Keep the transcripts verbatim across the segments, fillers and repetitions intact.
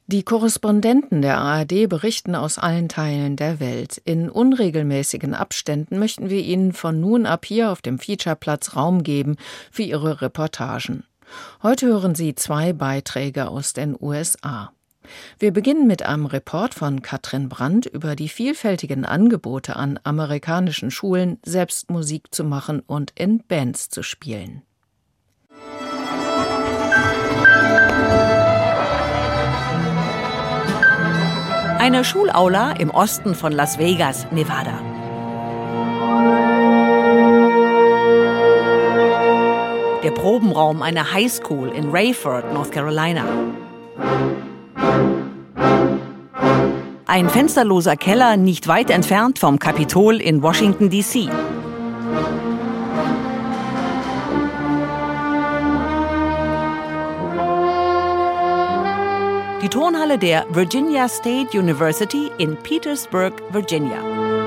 Die Korrespondenten der A R D berichten aus allen Teilen der Welt. In unregelmäßigen Abständen möchten wir Ihnen von nun ab hier auf dem Featureplatz Raum geben für Ihre Reportagen. Heute hören Sie zwei Beiträge aus den U S A. Wir beginnen mit einem Report von Katrin Brandt über die vielfältigen Angebote an amerikanischen Schulen, selbst Musik zu machen und in Bands zu spielen. Eine Schulaula im Osten von Las Vegas, Nevada. Der Probenraum einer Highschool in Rayford, North Carolina. Ein fensterloser Keller nicht weit entfernt vom Kapitol in Washington, D C Die Turnhalle der Virginia State University in Petersburg, Virginia.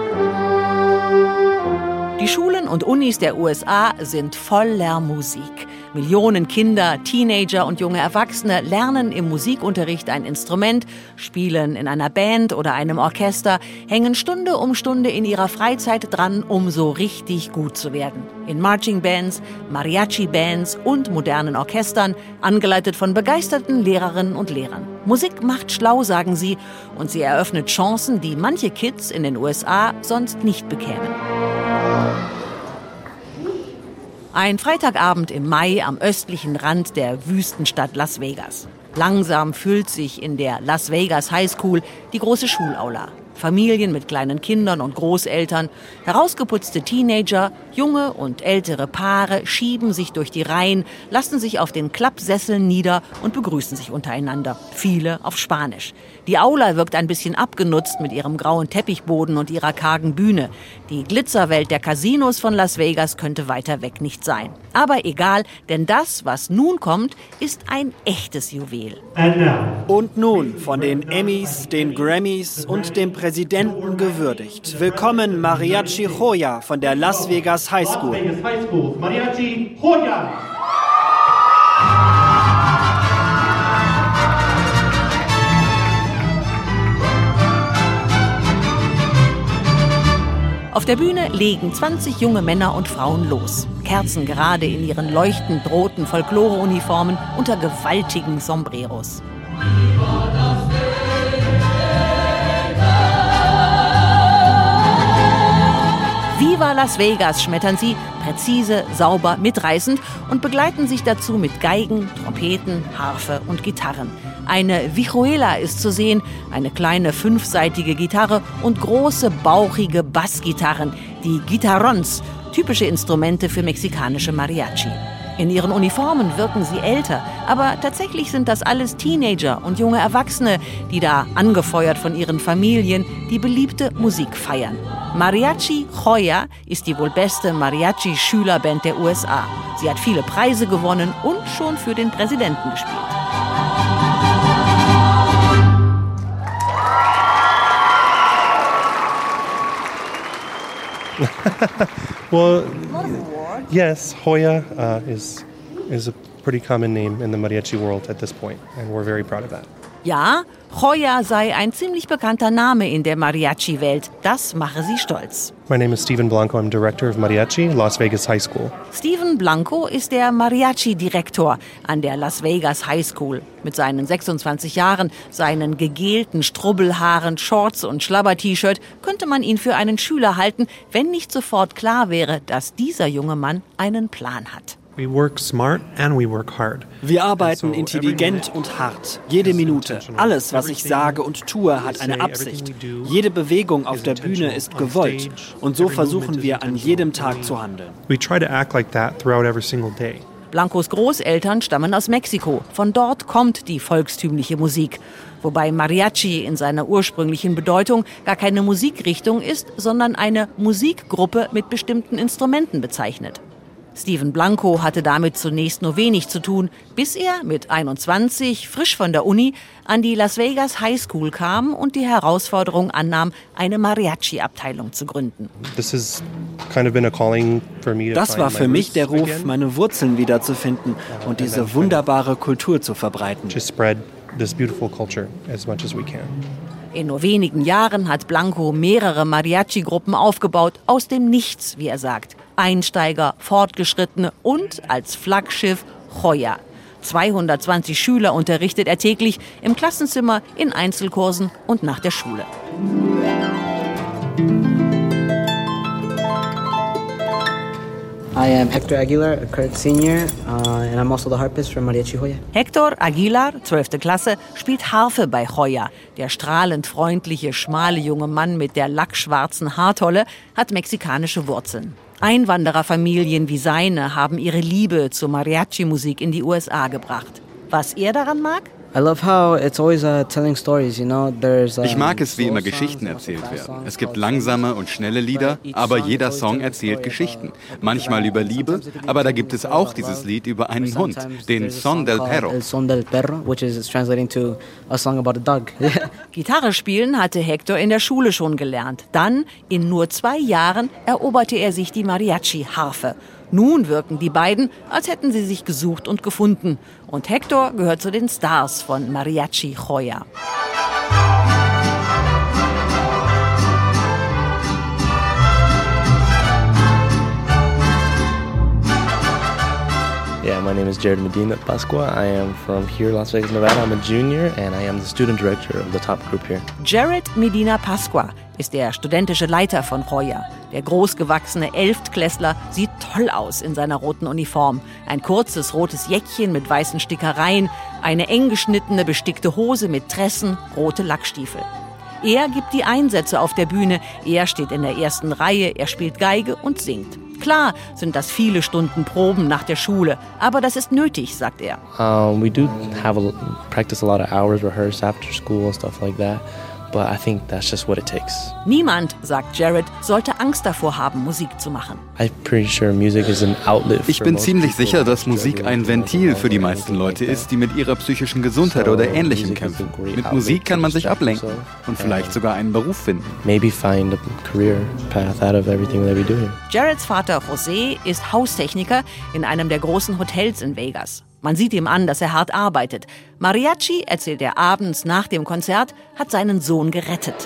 Die Schulen und Unis der U S A sind voller Musik. Millionen Kinder, Teenager und junge Erwachsene lernen im Musikunterricht ein Instrument, spielen in einer Band oder einem Orchester, hängen Stunde um Stunde in ihrer Freizeit dran, um so richtig gut zu werden. In Marching Bands, Mariachi-Bands und modernen Orchestern, angeleitet von begeisterten Lehrerinnen und Lehrern. Musik macht schlau, sagen sie, und sie eröffnet Chancen, die manche Kids in den U S A sonst nicht bekämen. Ein Freitagabend im Mai am östlichen Rand der Wüstenstadt Las Vegas. Langsam füllt sich in der Las Vegas High School die große Schulaula. Familien mit kleinen Kindern und Großeltern, herausgeputzte Teenager, junge und ältere Paare schieben sich durch die Reihen, lassen sich auf den Klappsesseln nieder und begrüßen sich untereinander. Viele auf Spanisch. Die Aula wirkt ein bisschen abgenutzt mit ihrem grauen Teppichboden und ihrer kargen Bühne. Die Glitzerwelt der Casinos von Las Vegas könnte weiter weg nicht sein. Aber egal, denn das, was nun kommt, ist ein echtes Juwel. Und nun von den Emmys, den Grammys und dem Präsidenten gewürdigt. Willkommen Mariachi Joya von der Las Vegas High School. Mariachi Joya! Auf der Bühne legen zwanzig junge Männer und Frauen los. Kerzen gerade in ihren leuchtend roten Folklore-Uniformen unter gewaltigen Sombreros. Viva Las Vegas schmettern sie, präzise, sauber, mitreißend und begleiten sich dazu mit Geigen, Trompeten, Harfe und Gitarren. Eine Vihuela ist zu sehen, eine kleine fünfsaitige Gitarre und große, bauchige Bassgitarren, die Guitarrons, typische Instrumente für mexikanische Mariachi. In ihren Uniformen wirken sie älter, aber tatsächlich sind das alles Teenager und junge Erwachsene, die da, angefeuert von ihren Familien, die beliebte Musik feiern. Mariachi Joya ist die wohl beste Mariachi-Schülerband der U S A. Sie hat viele Preise gewonnen und schon für den Präsidenten gespielt. Well, yes, Joya uh, is is a pretty common name in the mariachi world at this point, and we're very proud of that. Ja, Joya sei ein ziemlich bekannter Name in der Mariachi-Welt. Das mache sie stolz. My name is Steven Blanco. I'm Director of Mariachi, Las Vegas High School. Steven Blanco ist der Mariachi-Direktor an der Las Vegas High School. Mit seinen sechsundzwanzig Jahren, seinen gegelten Strubbelhaaren, Shorts und Schlabber-T-Shirt könnte man ihn für einen Schüler halten, wenn nicht sofort klar wäre, dass dieser junge Mann einen Plan hat. We work smart and we work hard. Wir arbeiten intelligent und hart. Jede Minute. Alles, was ich sage und tue, hat eine Absicht. Jede Bewegung auf der Bühne ist gewollt. Und so versuchen wir an jedem Tag zu handeln. We try to act like that throughout every single day. Blancos Großeltern stammen aus Mexiko. Von dort kommt die volkstümliche Musik. Wobei Mariachi in seiner ursprünglichen Bedeutung gar keine Musikrichtung ist, sondern eine Musikgruppe mit bestimmten Instrumenten bezeichnet. Steven Blanco hatte damit zunächst nur wenig zu tun, bis er mit einundzwanzig, frisch von der Uni, an die Las Vegas High School kam und die Herausforderung annahm, eine Mariachi-Abteilung zu gründen. Das war für mich der Ruf, meine Wurzeln wiederzufinden und diese wunderbare Kultur zu verbreiten. To spread this beautiful culture as much as we can. In nur wenigen Jahren hat Blanco mehrere Mariachi-Gruppen aufgebaut, aus dem Nichts, wie er sagt. Einsteiger, Fortgeschrittene und als Flaggschiff Joya. zweihundertzwanzig Schüler unterrichtet er täglich im Klassenzimmer, in Einzelkursen und nach der Schule. I am Hector Aguilar, a current senior, uh, and I'm also the harpist from Mariachi Joya. Hector Aguilar, zwölfte Klasse, spielt Harfe bei Joya. Der strahlend freundliche, schmale junge Mann mit der lackschwarzen Haartolle hat mexikanische Wurzeln. Einwandererfamilien wie seine haben ihre Liebe zur Mariachi-Musik in die U S A gebracht. Was er daran mag? I love how it's always uh, telling stories, you know. There's, um, Ich mag es, wie immer Geschichten erzählt werden. Es gibt langsame und schnelle Lieder, aber jeder Song erzählt Geschichten. Manchmal über Liebe, aber da gibt es auch dieses Lied über einen Hund, den Son del Perro. El Son del Perro, which is translating to a song about a dog. Gitarre spielen hatte Hector in der Schule schon gelernt. Dann, in nur zwei Jahren, eroberte er sich die Mariachi-Harfe. Nun wirken die beiden, als hätten sie sich gesucht und gefunden. Und Hector gehört zu den Stars von Mariachi Joya. Yeah, my name is Jared Medina Pascua. I am from here, Las Vegas, Nevada. I'm a junior and I am the student director of the top group here. Jared Medina Pascua ist der studentische Leiter von Joya. Der großgewachsene Elftklässler sieht toll aus in seiner roten Uniform. Ein kurzes rotes Jäckchen mit weißen Stickereien, eine eng geschnittene bestickte Hose mit Tressen, rote Lackstiefel. Er gibt die Einsätze auf der Bühne, er steht in der ersten Reihe, er spielt Geige und singt. Klar sind das viele Stunden Proben nach der Schule, aber das ist nötig, sagt er. Um, we do have a, practice a lot of hours, rehearse after school and stuff like that. But I think that's just what it takes. Niemand, sagt Jared, sollte Angst davor haben, Musik zu machen. I'm pretty sure music is an outlet. Ich bin ziemlich sicher, dass Musik ein Ventil für die meisten Leute ist, die mit ihrer psychischen Gesundheit oder Ähnlichem kämpfen. Mit Musik kann man sich ablenken und vielleicht sogar einen Beruf finden. Maybe find a career path out of everything that we do here. Jareds Vater José ist Haustechniker in einem der großen Hotels in Vegas. Man sieht ihm an, dass er hart arbeitet. Mariachi, erzählt er abends nach dem Konzert, hat seinen Sohn gerettet.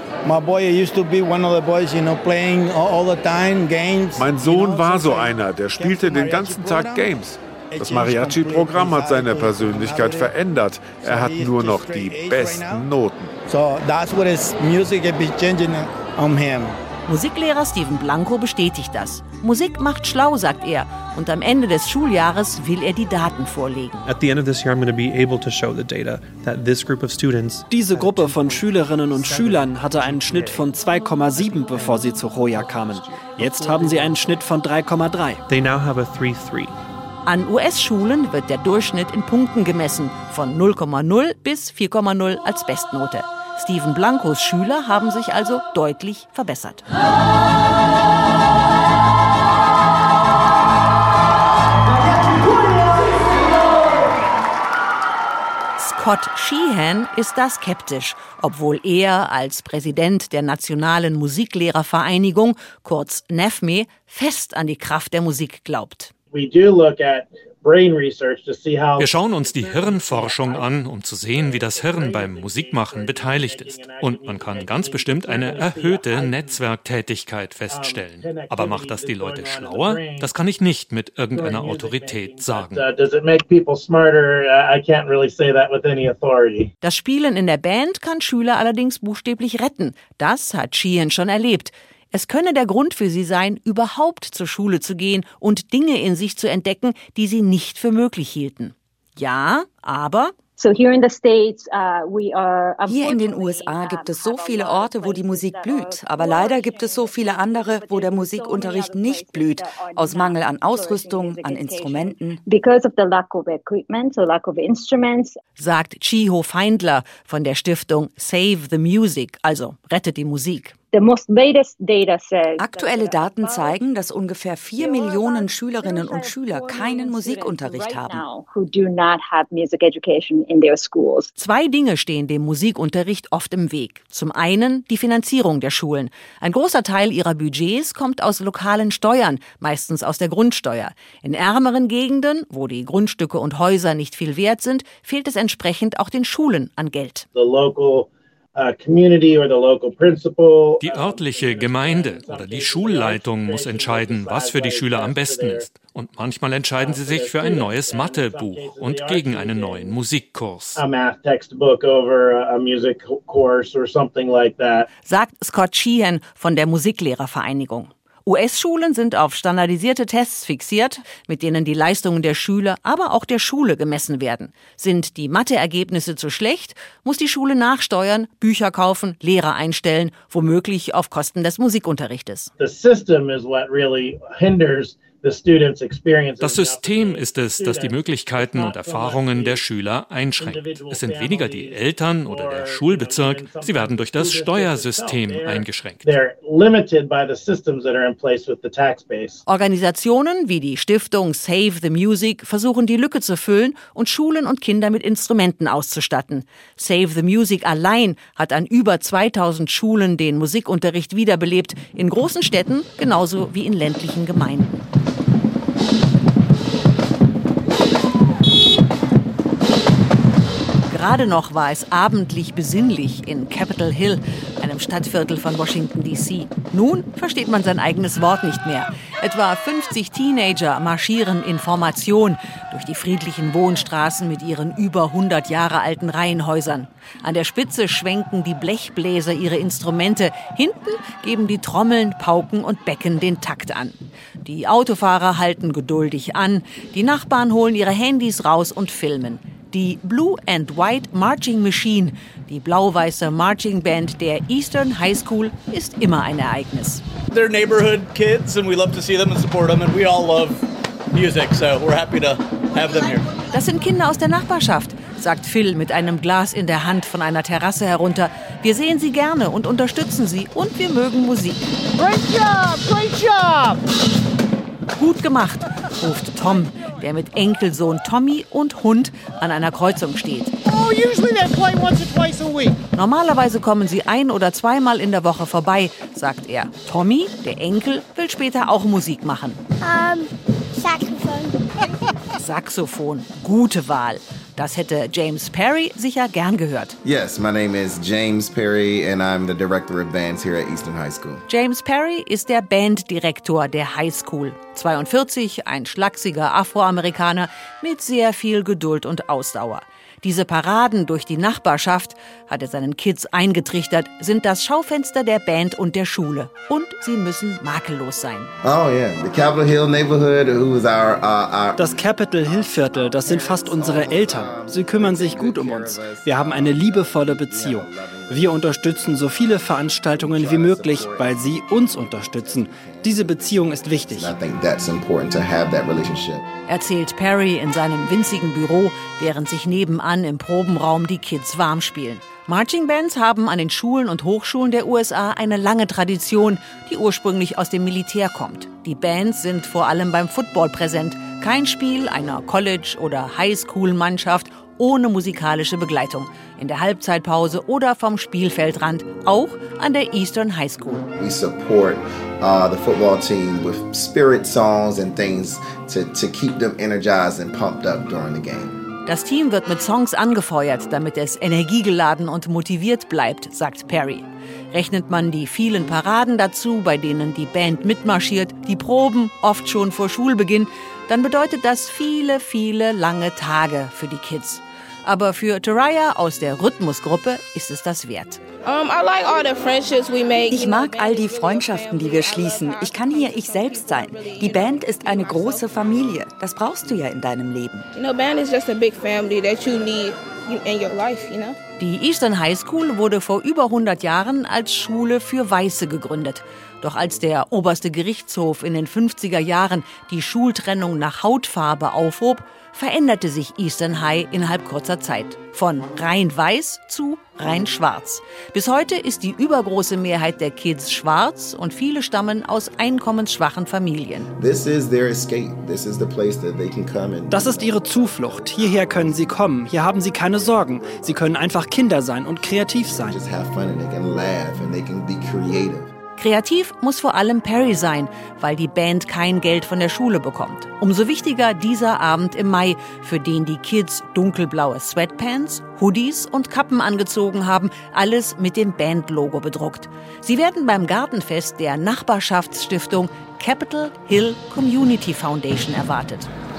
Mein Sohn war so einer, der spielte den ganzen Tag Games. Das Mariachi-Programm hat seine Persönlichkeit verändert. Er hat nur noch die besten Noten. Musiklehrer Steven Blanco bestätigt das. Musik macht schlau, sagt er. Und am Ende des Schuljahres will er die Daten vorlegen. Diese Gruppe von Schülerinnen und Schülern hatte einen Schnitt von zwei Komma sieben, bevor sie zu Joya kamen. Jetzt haben sie einen Schnitt von drei Komma drei. They now have a three three. An U S-Schulen wird der Durchschnitt in Punkten gemessen, von null Komma null bis vier Komma null als Bestnote. Steven Blancos Schüler haben sich also deutlich verbessert. Scott Sheehan ist da skeptisch, obwohl er als Präsident der Nationalen Musiklehrervereinigung, kurz N A F M E, fest an die Kraft der Musik glaubt. Wir schauen uns die Hirnforschung an, um zu sehen, wie das Hirn beim Musikmachen beteiligt ist. Und man kann ganz bestimmt eine erhöhte Netzwerktätigkeit feststellen. Aber macht das die Leute schlauer? Das kann ich nicht mit irgendeiner Autorität sagen. Das Spielen in der Band kann Schüler allerdings buchstäblich retten. Das hat Sheehan schon erlebt. Es könne der Grund für sie sein, überhaupt zur Schule zu gehen und Dinge in sich zu entdecken, die sie nicht für möglich hielten. Ja, aber... Hier in den U S A gibt es so viele Orte, wo die Musik blüht. Aber leider gibt es so viele andere, wo der Musikunterricht nicht blüht. Aus Mangel an Ausrüstung, an Instrumenten. Sagt Chiho Feindler von der Stiftung Save the Music, also Rettet die Musik. Aktuelle Daten zeigen, dass ungefähr vier Millionen Schülerinnen und Schüler keinen Musikunterricht haben. Zwei Dinge stehen dem Musikunterricht oft im Weg. Zum einen die Finanzierung der Schulen. Ein großer Teil ihrer Budgets kommt aus lokalen Steuern, meistens aus der Grundsteuer. In ärmeren Gegenden, wo die Grundstücke und Häuser nicht viel wert sind, fehlt es entsprechend auch den Schulen an Geld. Die örtliche Gemeinde oder die Schulleitung muss entscheiden, was für die Schüler am besten ist. Und manchmal entscheiden sie sich für ein neues Mathebuch und gegen einen neuen Musikkurs. Sagt Scott Sheehan von der Musiklehrervereinigung. U S-Schulen sind auf standardisierte Tests fixiert, mit denen die Leistungen der Schüler, aber auch der Schule gemessen werden. Sind die Matheergebnisse zu schlecht, muss die Schule nachsteuern, Bücher kaufen, Lehrer einstellen, womöglich auf Kosten des Musikunterrichtes. Das System ist es, das die Möglichkeiten und Erfahrungen der Schüler einschränkt. Es sind weniger die Eltern oder der Schulbezirk, sie werden durch das Steuersystem eingeschränkt. Organisationen wie die Stiftung Save the Music versuchen die Lücke zu füllen und Schulen und Kinder mit Instrumenten auszustatten. Save the Music allein hat an über zweitausend Schulen den Musikunterricht wiederbelebt, in großen Städten genauso wie in ländlichen Gemeinden. Gerade noch war es abendlich besinnlich in Capitol Hill, einem Stadtviertel von Washington D C. Nun versteht man sein eigenes Wort nicht mehr. Etwa fünfzig Teenager marschieren in Formation durch die friedlichen Wohnstraßen mit ihren über hundert Jahre alten Reihenhäusern. An der Spitze schwenken die Blechbläser ihre Instrumente. Hinten geben die Trommeln, Pauken und Becken den Takt an. Die Autofahrer halten geduldig an. Die Nachbarn holen ihre Handys raus und filmen. Die Blue and White Marching Machine, die blau-weiße Marching Band der Eastern High School, ist immer ein Ereignis. They're neighborhood kids and we love to see them and support them and we all love music, so we're happy to have them here. Das sind Kinder aus der Nachbarschaft, sagt Phil mit einem Glas in der Hand von einer Terrasse herunter. Wir sehen sie gerne und unterstützen sie und wir mögen Musik. Great job, great job! Gut gemacht, ruft Tom, der mit Enkelsohn Tommy und Hund an einer Kreuzung steht. Oh, usually they play once or twice a week. Normalerweise kommen sie ein- oder zweimal in der Woche vorbei, sagt er. Tommy, der Enkel, will später auch Musik machen. Um, Saxophon. Saxophon, gute Wahl. Das hätte James Perry sicher gern gehört. Yes, my name is James Perry and I'm the director of bands here at Eastern High School. James Perry ist der Banddirektor der High School. zweiundvierzig, ein schlachsiger Afroamerikaner mit sehr viel Geduld und Ausdauer. Diese Paraden durch die Nachbarschaft, hat er seinen Kids eingetrichtert, sind das Schaufenster der Band und der Schule. Und sie müssen makellos sein. Oh yeah, the Capitol Hill neighborhood, who is our, uh, our Das Capitol Hill Viertel, das sind fast unsere Eltern. Sie kümmern sich gut um uns. Wir haben eine liebevolle Beziehung. Wir unterstützen so viele Veranstaltungen wie möglich, weil sie uns unterstützen. Diese Beziehung ist wichtig. Erzählt Perry in seinem winzigen Büro, während sich nebenan im Probenraum die Kids warm spielen. Marching Bands haben an den Schulen und Hochschulen der U S A eine lange Tradition, die ursprünglich aus dem Militär kommt. Die Bands sind vor allem beim Football präsent. Kein Spiel einer College- oder Highschool-Mannschaft ohne musikalische Begleitung. In der Halbzeitpause oder vom Spielfeldrand, auch an der Eastern High School. We support uh, the football team with spirit songs and things to, to keep them energized and pumped up during the game. Das Team wird mit Songs angefeuert, damit es energiegeladen und motiviert bleibt, sagt Perry. Rechnet man die vielen Paraden dazu, bei denen die Band mitmarschiert, die Proben, oft schon vor Schulbeginn, dann bedeutet das viele, viele lange Tage für die Kids. Aber für Taraya aus der Rhythmusgruppe ist es das wert. Ich mag all die Freundschaften, die wir schließen. Ich kann hier ich selbst sein. Die Band ist eine große Familie. Das brauchst du ja in deinem Leben. You know, band is just a big family that you need in your life, you know? Die Eastern High School wurde vor über hundert Jahren als Schule für Weiße gegründet. Doch als der oberste Gerichtshof in den fünfziger Jahren die Schultrennung nach Hautfarbe aufhob, veränderte sich Eastern High innerhalb kurzer Zeit. Von rein weiß zu rein schwarz. Bis heute ist die übergroße Mehrheit der Kids schwarz und viele stammen aus einkommensschwachen Familien. This is their escape. This is the place that they can come and Das ist ihre Zuflucht. Hierher können sie kommen. Hier haben sie keine Sorgen. Sie können einfach Kinder sein und kreativ sein. just have fun and they can laugh and they can be creative. Kreativ muss vor allem Perry sein, weil die Band kein Geld von der Schule bekommt. Umso wichtiger dieser Abend im Mai, für den die Kids dunkelblaue Sweatpants, Hoodies und Kappen angezogen haben, alles mit dem Bandlogo bedruckt. Sie werden beim Gartenfest der Nachbarschaftsstiftung Capitol Hill Community Foundation erwartet.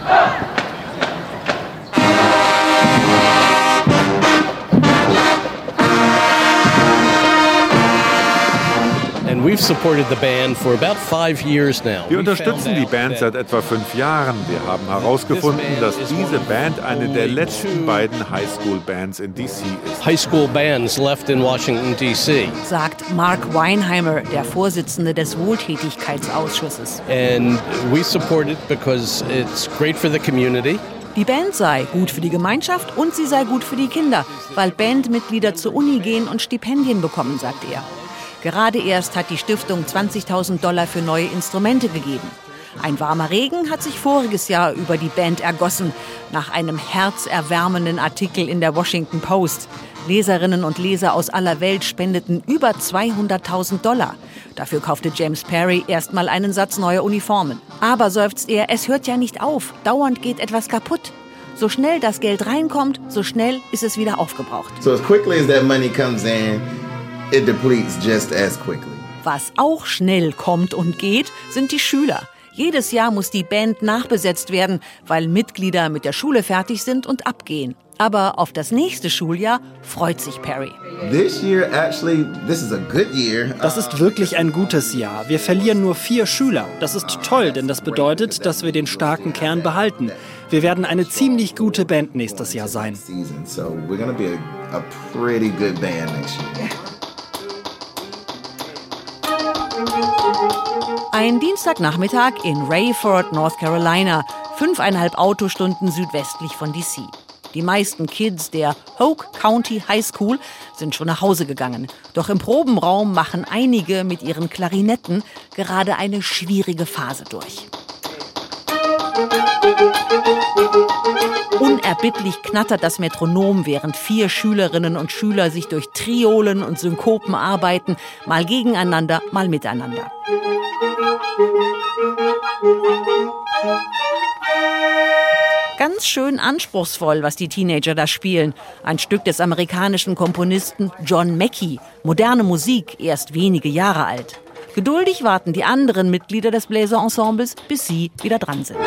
And we've supported the band for about five years now. Wir unterstützen die Band seit etwa fünf Jahren. Wir haben herausgefunden, dass diese Band eine der letzten beiden Highschool-Bands in D C ist. High school bands left in Washington, D C. Sagt Mark Weinheimer, der Vorsitzende des Wohltätigkeitsausschusses. And we support it because it's great for the community. Die Band sei gut für die Gemeinschaft und sie sei gut für die Kinder, weil Bandmitglieder zur Uni gehen und Stipendien bekommen, sagt er. Gerade erst hat die Stiftung zwanzigtausend Dollar für neue Instrumente gegeben. Ein warmer Regen hat sich voriges Jahr über die Band ergossen, nach einem herzerwärmenden Artikel in der Washington Post. Leserinnen und Leser aus aller Welt spendeten über zweihunderttausend Dollar. Dafür kaufte James Perry erstmal einen Satz neuer Uniformen. Aber, seufzt er, es hört ja nicht auf. Dauernd geht etwas kaputt. So schnell das Geld reinkommt, so schnell ist es wieder aufgebraucht. So as quickly as that money comes in, it depletes just as quickly. Was auch schnell kommt und geht, sind die Schüler. Jedes Jahr muss die Band nachbesetzt werden, weil Mitglieder mit der Schule fertig sind und abgehen. Aber auf das nächste Schuljahr freut sich Perry. This year, actually, this is a good year. Das ist wirklich ein gutes Jahr. Wir verlieren nur vier Schüler. Das ist toll, denn das bedeutet, dass wir den starken Kern behalten. Wir werden eine ziemlich gute Band nächstes Jahr sein. So we're gonna be a, a pretty good band next year. Ein Dienstagnachmittag in Rayford, North Carolina, fünfeinhalb Autostunden südwestlich von D C. Die meisten Kids der Hoke County High School sind schon nach Hause gegangen. Doch im Probenraum machen einige mit ihren Klarinetten gerade eine schwierige Phase durch. Unerbittlich knattert das Metronom, während vier Schülerinnen und Schüler sich durch Triolen und Synkopen arbeiten, mal gegeneinander, mal miteinander. Ganz schön anspruchsvoll, was die Teenager da spielen. Ein Stück des amerikanischen Komponisten John Mackey. Moderne Musik, erst wenige Jahre alt. Geduldig warten die anderen Mitglieder des Bläserensembles, bis sie wieder dran sind.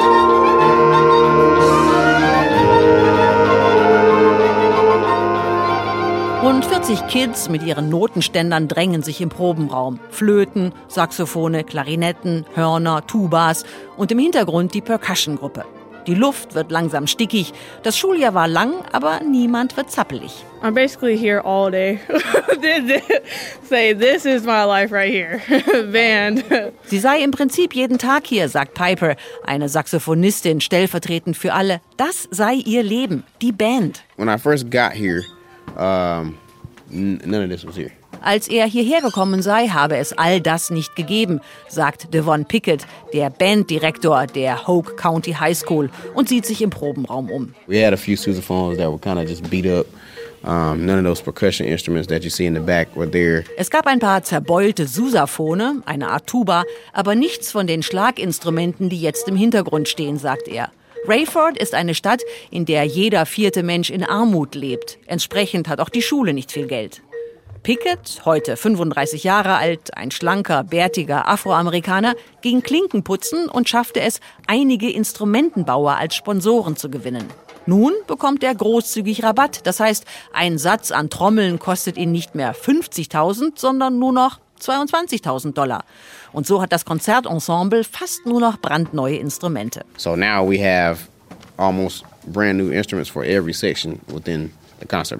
Rund vierzig Kids mit ihren Notenständern drängen sich im Probenraum. Flöten, Saxophone, Klarinetten, Hörner, Tubas und im Hintergrund die Percussion-Gruppe. Die Luft wird langsam stickig. Das Schuljahr war lang, aber niemand wird zappelig. I'm basically here all day. Say, this is my life right here. Band. Sie sei im Prinzip jeden Tag hier, sagt Piper, eine Saxophonistin, stellvertretend für alle. Das sei ihr Leben, die Band. When I first got here, um, none of this was here. Als er hierher gekommen sei, habe es all das nicht gegeben, sagt Devon Pickett, der Banddirektor der Hoke County High School, und sieht sich im Probenraum um. We had a few sousaphones that were kind of just beat up. Um, none of those percussion instruments that you see in the back were there. Es gab ein paar zerbeulte Sousaphone, eine Art Tuba, aber nichts von den Schlaginstrumenten, die jetzt im Hintergrund stehen, sagt er. Rayford ist eine Stadt, in der jeder vierte Mensch in Armut lebt. Entsprechend hat auch die Schule nicht viel Geld. Pickett, heute fünfunddreißig Jahre alt, ein schlanker, bärtiger Afroamerikaner, ging Klinken putzen und schaffte es, einige Instrumentenbauer als Sponsoren zu gewinnen. Nun bekommt er großzügig Rabatt. Das heißt, ein Satz an Trommeln kostet ihn nicht mehr fünfzigtausend, sondern nur noch zweiundzwanzigtausend Dollar. Und so hat das Konzertensemble fast nur noch brandneue Instrumente. So now we have almost brand new instruments for every section within the concert band.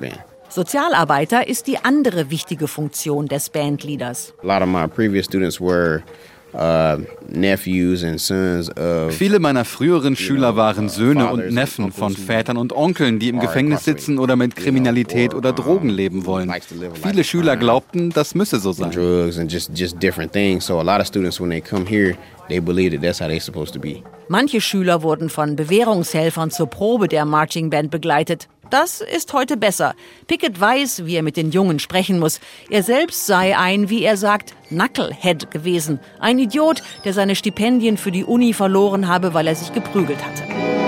Sozialarbeiter ist die andere wichtige Funktion des Bandleaders. A lot of my previous students were Uh, nephews and sons of Viele meiner früheren Schüler waren Söhne und Neffen von Vätern und Onkeln, die im Gefängnis sitzen oder mit Kriminalität oder Drogen leben wollen. Viele Schüler glaubten, das müsse so sein. Drugs and just just different things. So a lot of students, when they come here, they believe that that's how they're supposed to be. Manche Schüler wurden von Bewährungshelfern zur Probe der Marching Band begleitet. Das ist heute besser. Pickett weiß, wie er mit den Jungen sprechen muss. Er selbst sei ein, wie er sagt, Knucklehead gewesen. Ein Idiot, der seine Stipendien für die Uni verloren habe, weil er sich geprügelt hatte.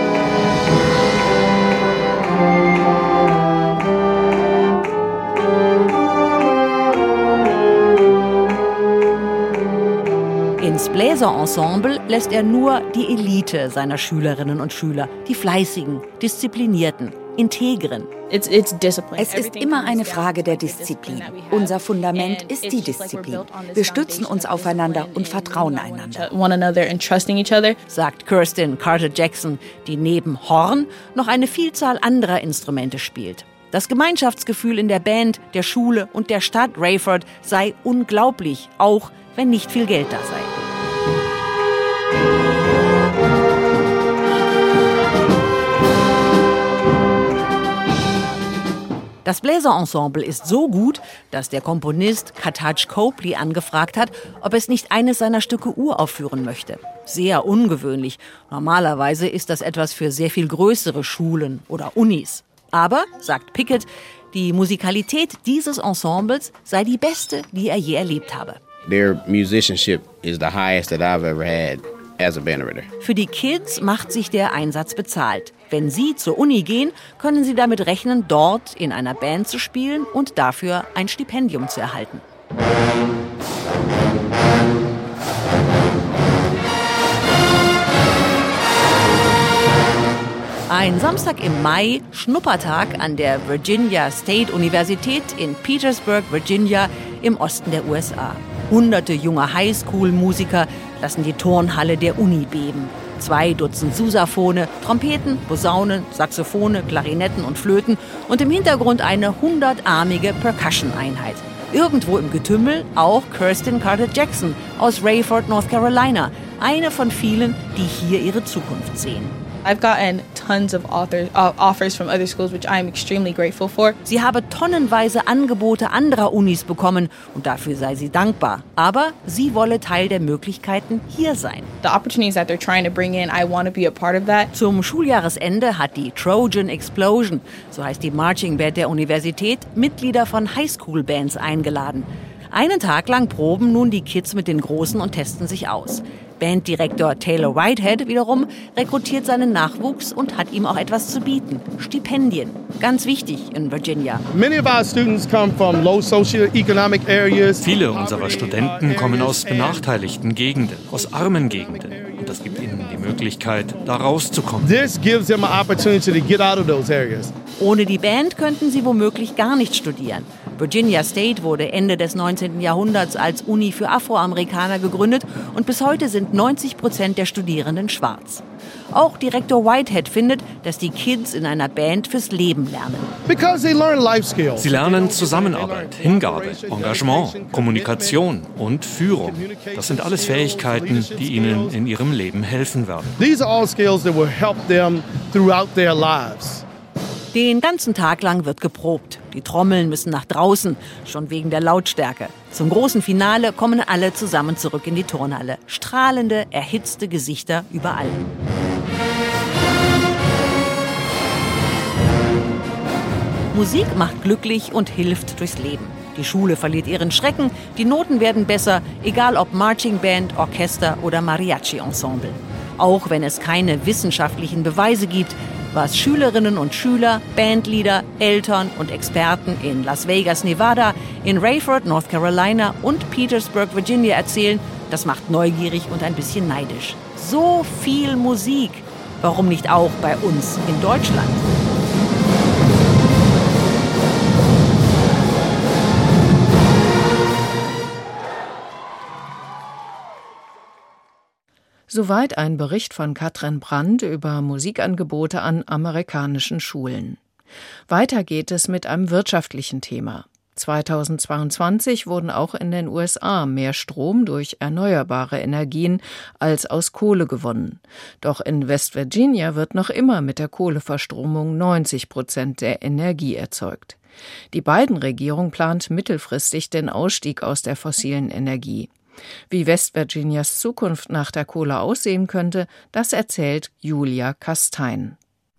Ins Bläserensemble lässt er nur die Elite seiner Schülerinnen und Schüler, die Fleißigen, Disziplinierten, Integren. Es ist immer eine Frage der Disziplin. Unser Fundament ist die Disziplin. Wir stützen uns aufeinander und vertrauen einander, sagt Kirsten Carter Jackson, die neben Horn noch eine Vielzahl anderer Instrumente spielt. Das Gemeinschaftsgefühl in der Band, der Schule und der Stadt Rayford sei unglaublich, auch wenn nicht viel Geld da sei. Das Bläserensemble ist so gut, dass der Komponist Kataj Copley angefragt hat, ob es nicht eines seiner Stücke uraufführen möchte. Sehr ungewöhnlich. Normalerweise ist das etwas für sehr viel größere Schulen oder Unis. Aber, sagt Pickett, die Musikalität dieses Ensembles sei die beste, die er je erlebt habe. Their musicianship is the highest that I've ever had as a band director. Für die Kids macht sich der Einsatz bezahlt. Wenn sie zur Uni gehen, können sie damit rechnen, dort in einer Band zu spielen und dafür ein Stipendium zu erhalten. Ein Samstag im Mai, Schnuppertag an der Virginia State Universität in Petersburg, Virginia, im Osten der U S A. Hunderte junger Highschool-Musiker lassen die Turnhalle der Uni beben. Zwei Dutzend Sousaphone, Trompeten, Posaunen, Saxophone, Klarinetten und Flöten und im Hintergrund eine hundertarmige Percussion-Einheit. Irgendwo im Getümmel auch Kirsten Carter Jackson aus Rayford, North Carolina, eine von vielen, die hier ihre Zukunft sehen. I've gotten tons of authors, uh, offers from other schools, which I'm extremely grateful for. Sie habe tonnenweise Angebote anderer Unis bekommen und dafür sei sie dankbar. Aber sie wolle Teil der Möglichkeiten hier sein. The opportunities that they're trying to bring in, I want to be a part of that. Zum Schuljahresende hat die Trojan Explosion, so heißt die Marching Band der Universität, Mitglieder von Highschool-Bands eingeladen. Einen Tag lang proben nun die Kids mit den Großen und testen sich aus. Banddirektor Taylor Whitehead wiederum rekrutiert seinen Nachwuchs und hat ihm auch etwas zu bieten. Stipendien. Ganz wichtig in Virginia. Viele unserer Studenten kommen aus benachteiligten Gegenden, aus armen Gegenden. Und das gibt ihnen die Möglichkeit, da rauszukommen. Ohne die Band könnten sie womöglich gar nicht studieren. Virginia State wurde Ende des neunzehnten Jahrhunderts als Uni für Afroamerikaner gegründet und bis heute sind neunzig Prozent der Studierenden schwarz. Auch Direktor Whitehead findet, dass die Kids in einer Band fürs Leben lernen. Sie lernen Zusammenarbeit, Hingabe, Engagement, Kommunikation und Führung. Das sind alles Fähigkeiten, die ihnen in ihrem Leben helfen werden. These are all skills that will help them throughout their lives. Den ganzen Tag lang wird geprobt. Die Trommeln müssen nach draußen, schon wegen der Lautstärke. Zum großen Finale kommen alle zusammen zurück in die Turnhalle. Strahlende, erhitzte Gesichter überall. Musik macht glücklich und hilft durchs Leben. Die Schule verliert ihren Schrecken, die Noten werden besser, egal ob Marching Band, Orchester oder Mariachi-Ensemble. Auch wenn es keine wissenschaftlichen Beweise gibt, was Schülerinnen und Schüler, Bandleader, Eltern und Experten in Las Vegas, Nevada, in Rayford, North Carolina und Petersburg, Virginia erzählen, das macht neugierig und ein bisschen neidisch. So viel Musik. Warum nicht auch bei uns in Deutschland? Soweit ein Bericht von Katrin Brandt über Musikangebote an amerikanischen Schulen. Weiter geht es mit einem wirtschaftlichen Thema. zweitausendzweiundzwanzig wurden auch in den U S A mehr Strom durch erneuerbare Energien als aus Kohle gewonnen. Doch in West Virginia wird noch immer mit der Kohleverstromung neunzig Prozent der Energie erzeugt. Die Biden-Regierung plant mittelfristig den Ausstieg aus der fossilen Energie. Wie West Virginias Zukunft nach der Kohle aussehen könnte, das erzählt Julia Kastein.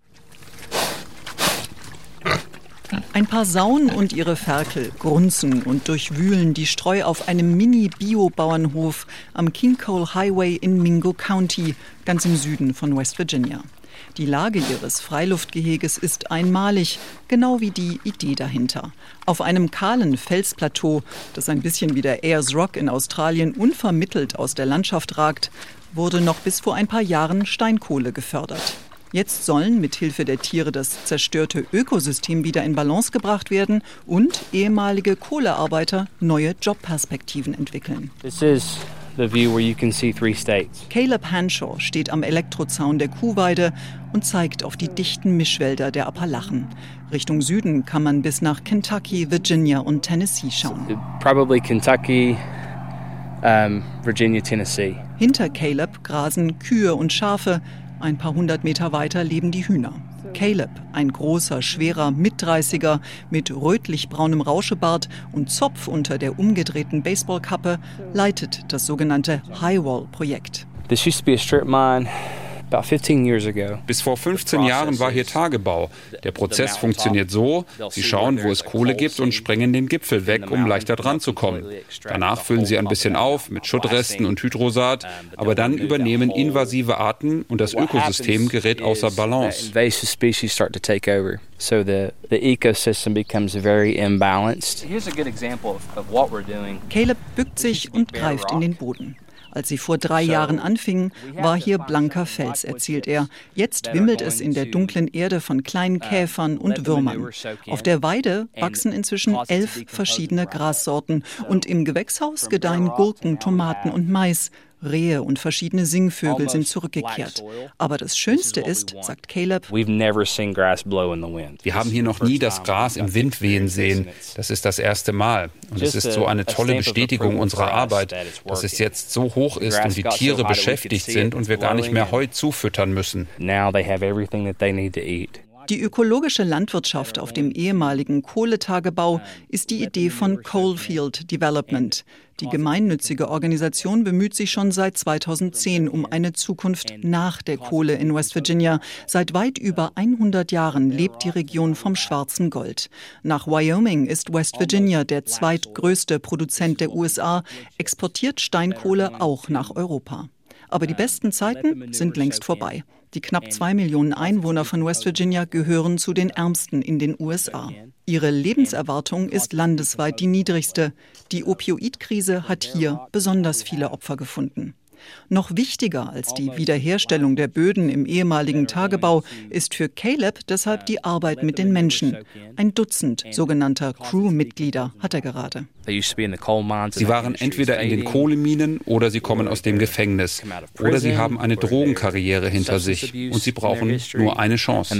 Ein paar Sauen und ihre Ferkel grunzen und durchwühlen die Streu auf einem Mini-Bio-Bauernhof am King Cole Highway in Mingo County, ganz im Süden von West Virginia. Die Lage ihres Freiluftgeheges ist einmalig, genau wie die Idee dahinter. Auf einem kahlen Felsplateau, das ein bisschen wie der Ayers Rock in Australien unvermittelt aus der Landschaft ragt, wurde noch bis vor ein paar Jahren Steinkohle gefördert. Jetzt sollen mit Hilfe der Tiere das zerstörte Ökosystem wieder in Balance gebracht werden und ehemalige Kohlearbeiter neue Jobperspektiven entwickeln. This is the view where you can see three states. Caleb Hanshaw steht am Elektrozaun der Kuhweide und zeigt auf die dichten Mischwälder der Appalachen. Richtung Süden kann man bis nach Kentucky, Virginia und Tennessee schauen. Probably Kentucky, um, Virginia, Tennessee. Hinter Caleb grasen Kühe und Schafe. Ein paar hundert Meter weiter leben die Hühner. Caleb, ein großer, schwerer Mitdreißiger mit rötlich-braunem Rauschebart und Zopf unter der umgedrehten Baseballkappe, leitet das sogenannte Highwall-Projekt. This used to be a strip mine. About fifteen years ago. Bis vor fünfzehn Jahren war hier Tagebau. Der Prozess funktioniert so, sie schauen, wo es Kohle gibt und sprengen den Gipfel weg, um leichter dran zu kommen. Danach füllen sie ein bisschen auf mit Schuttresten und Hydrosat, aber dann übernehmen invasive Arten und das Ökosystem gerät außer Balance. Invasive species start to take over. So the the ecosystem becomes very imbalanced. Here's a good example of what we're doing. Caleb bückt sich und greift in den Boden. Als sie vor drei Jahren anfingen, war hier blanker Fels, erzählt er. Jetzt wimmelt es in der dunklen Erde von kleinen Käfern und Würmern. Auf der Weide wachsen inzwischen elf verschiedene Grassorten und im Gewächshaus gedeihen Gurken, Tomaten und Mais. Rehe und verschiedene Singvögel sind zurückgekehrt. Aber das Schönste ist, sagt Caleb, wir haben hier noch nie das Gras im Wind wehen sehen. Das ist das erste Mal. Und es ist so eine tolle Bestätigung unserer Arbeit, dass es jetzt so hoch ist und die Tiere beschäftigt sind und wir gar nicht mehr Heu zufüttern müssen. Die ökologische Landwirtschaft auf dem ehemaligen Kohletagebau ist die Idee von Coalfield Development. Die gemeinnützige Organisation bemüht sich schon seit zweitausendzehn um eine Zukunft nach der Kohle in West Virginia. Seit weit über hundert Jahren lebt die Region vom schwarzen Gold. Nach Wyoming ist West Virginia der zweitgrößte Produzent der U S A, exportiert Steinkohle auch nach Europa. Aber die besten Zeiten sind längst vorbei. Die knapp zwei Millionen Einwohner von West Virginia gehören zu den ärmsten in den U S A. Ihre Lebenserwartung ist landesweit die niedrigste. Die Opioidkrise hat hier besonders viele Opfer gefunden. Noch wichtiger als die Wiederherstellung der Böden im ehemaligen Tagebau ist für Caleb deshalb die Arbeit mit den Menschen. Ein Dutzend sogenannter Crew-Mitglieder hat er gerade. Sie waren entweder in den Kohleminen oder sie kommen aus dem Gefängnis. Oder sie haben eine Drogenkarriere hinter sich und sie brauchen nur eine Chance.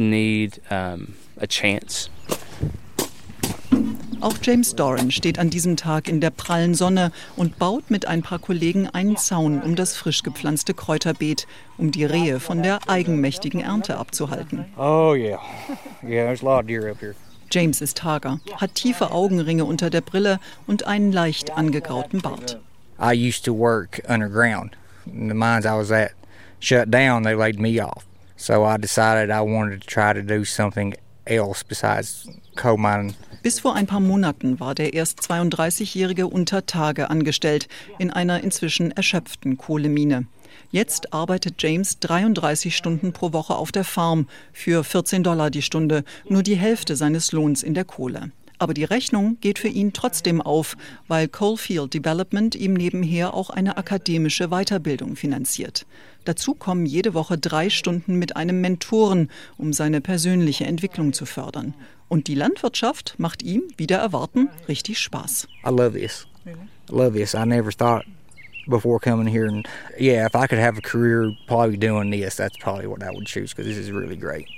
Auch James Doran steht an diesem Tag in der prallen Sonne und baut mit ein paar Kollegen einen Zaun um das frisch gepflanzte Kräuterbeet, um die Rehe von der eigenmächtigen Ernte abzuhalten. Oh yeah. Yeah, there's a lot of deer up here. James ist hager, hat tiefe Augenringe unter der Brille und einen leicht angegrauten Bart. I used to work underground. The mines I was at shut down, they laid me off. So I decided I wanted to try to do something else besides coal mining. Bis vor ein paar Monaten war der erst zweiunddreißigjährige unter Tage angestellt in einer inzwischen erschöpften Kohlemine. Jetzt arbeitet James dreiunddreißig Stunden pro Woche auf der Farm für vierzehn Dollar die Stunde, nur die Hälfte seines Lohns in der Kohle. Aber die Rechnung geht für ihn trotzdem auf, weil Coalfield Development ihm nebenher auch eine akademische Weiterbildung finanziert. Dazu kommen jede Woche drei Stunden mit einem Mentoren, um seine persönliche Entwicklung zu fördern. Und die Landwirtschaft macht ihm, wider Erwarten, richtig Spaß. I love this. I love this. I never thought before coming here, and yeah, if I could have a career probably doing this, that's probably what I would choose, because this is really great.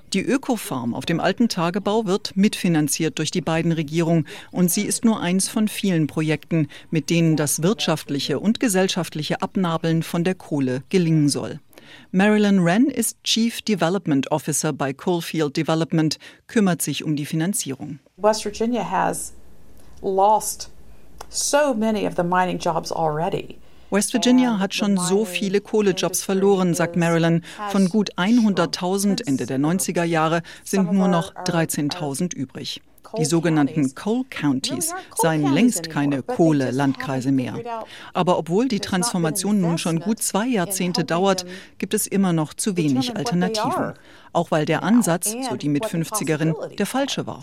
Die Ökofarm auf dem alten Tagebau wird mitfinanziert durch die beiden Regierungen und sie ist nur eins von vielen Projekten, mit denen das wirtschaftliche und gesellschaftliche Abnabeln von der Kohle gelingen soll. Marilyn Wren ist Chief Development Officer bei Coalfield Development, kümmert sich um die Finanzierung. West Virginia has lost so many of the mining jobs already. West Virginia hat schon so viele Kohlejobs verloren, sagt Marilyn. Von gut hunderttausend Ende der neunziger Jahre sind nur noch dreizehntausend übrig. Die sogenannten Coal Counties seien längst keine Kohle-Landkreise mehr. Aber obwohl die Transformation nun schon gut zwei Jahrzehnte dauert, gibt es immer noch zu wenig Alternativen. Auch weil der Ansatz, so die Mit-fünfzigerin, der falsche war.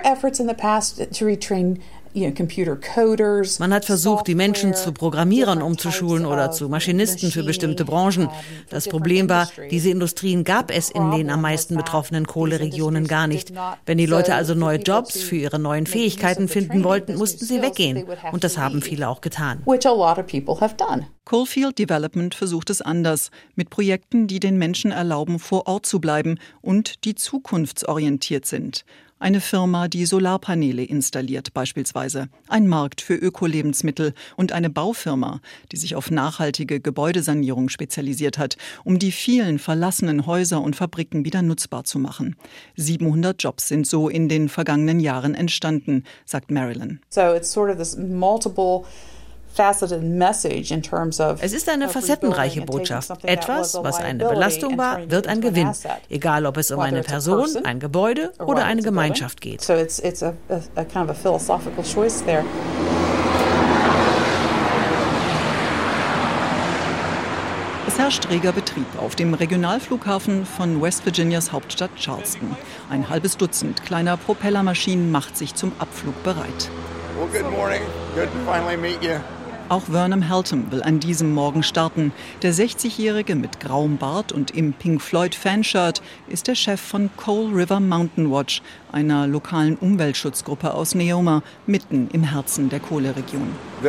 Man hat versucht, die Menschen zu Programmierern umzuschulen oder zu Maschinisten für bestimmte Branchen. Das Problem war, diese Industrien gab es in den am meisten betroffenen Kohleregionen gar nicht. Wenn die Leute also neue Jobs für ihre neuen Fähigkeiten finden wollten, mussten sie weggehen. Und das haben viele auch getan. Coalfield Development versucht es anders, mit Projekten, die den Menschen erlauben, vor Ort zu bleiben und die zukunftsorientiert sind. Eine Firma, die Solarpaneele installiert beispielsweise, ein Markt für Ökolebensmittel und eine Baufirma, die sich auf nachhaltige Gebäudesanierung spezialisiert hat, um die vielen verlassenen Häuser und Fabriken wieder nutzbar zu machen. siebenhundert Jobs sind so in den vergangenen Jahren entstanden, sagt Marilyn. So it's sort of this multiple Es ist eine facettenreiche Botschaft. Etwas, was eine Belastung war, wird ein Gewinn. Egal, ob es um eine Person, ein Gebäude oder eine Gemeinschaft geht. Es herrscht reger Betrieb auf dem Regionalflughafen von West Virginias Hauptstadt Charleston. Ein halbes Dutzend kleiner Propellermaschinen macht sich zum Abflug bereit. Well, good morning. Good to finally meet you. Auch Vernon Haltom will an diesem Morgen starten. Der sechzigjährige mit grauem Bart und im Pink Floyd-Fanshirt ist der Chef von Coal River Mountain Watch, einer lokalen Umweltschutzgruppe aus Neoma, mitten im Herzen der Kohleregion.